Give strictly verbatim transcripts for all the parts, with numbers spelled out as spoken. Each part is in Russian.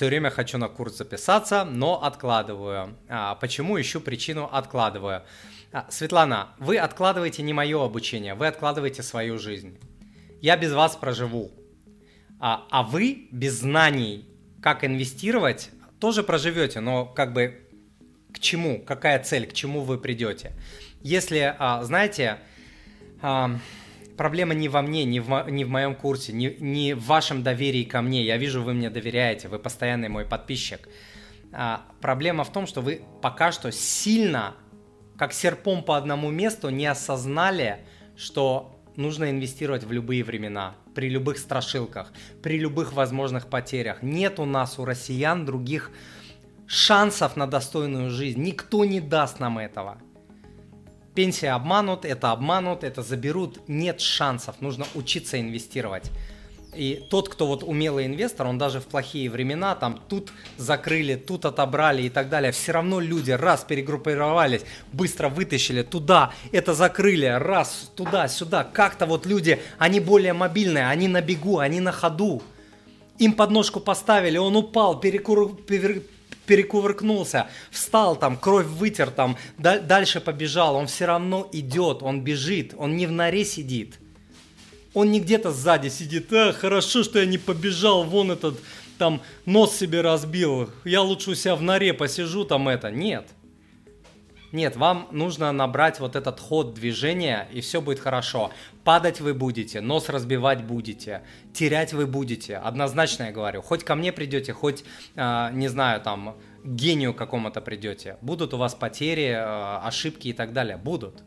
все время хочу на курс записаться, но откладываю. А, почему? Ищу причину, откладываю. А, Светлана, вы откладываете не мое обучение, вы откладываете свою жизнь. Я без вас проживу. А, а вы без знаний, как инвестировать, тоже проживете, но как бы к чему? Какая цель? К чему вы придете? Если, а, знаете, а, проблема не во мне, не в, мо- не в моем курсе, не, не в вашем доверии ко мне. Я вижу, вы мне доверяете, вы постоянный мой подписчик. А, проблема в том, что вы пока что сильно, как серпом по одному месту, не осознали, что нужно инвестировать в любые времена, при любых страшилках, при любых возможных потерях. Нет у нас, у россиян, других шансов на достойную жизнь. Никто не даст нам этого. Пенсия обманут, это обманут, это заберут. Нет шансов, нужно учиться инвестировать. И тот, кто вот умелый инвестор, он даже в плохие времена, там тут закрыли, тут отобрали и так далее, все равно люди раз перегруппировались, быстро вытащили туда, это закрыли, раз туда, сюда. Как-то вот люди, они более мобильные, они на бегу, они на ходу. Им подножку поставили, он упал, перекур... пере- перекувыркнулся, встал там, кровь вытер там, да- дальше побежал, он все равно идет, он бежит, он не в норе сидит. Он не где-то сзади сидит, а, хорошо, что я не побежал, вон этот там нос себе разбил, я лучше у себя в норе посижу там это. Нет. Нет, вам нужно набрать вот этот ход движения, и все будет хорошо. Падать вы будете, нос разбивать будете, терять вы будете, однозначно я говорю. Хоть ко мне придете, хоть, э, не знаю, там, к гению какому-то придете. Будут у вас потери, э, ошибки и так далее, будут.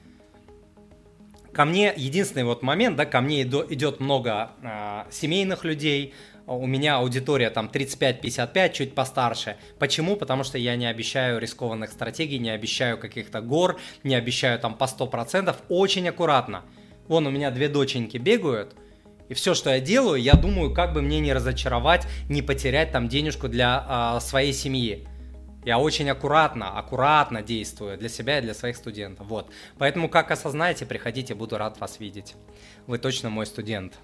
Ко мне единственный вот момент, да, ко мне идет много э, семейных людей, у меня аудитория там тридцать пять пятьдесят пять, чуть постарше. Почему? Потому что я не обещаю рискованных стратегий, не обещаю каких-то гор, не обещаю там по сто процентов, очень аккуратно. Вон у меня две доченьки бегают, и все, что я делаю, я думаю, как бы мне не разочаровать, не потерять там денежку для э, своей семьи. Я очень аккуратно, аккуратно действую для себя и для своих студентов. Вот. Поэтому как осознаете, приходите, буду рад вас видеть. Вы точно мой студент.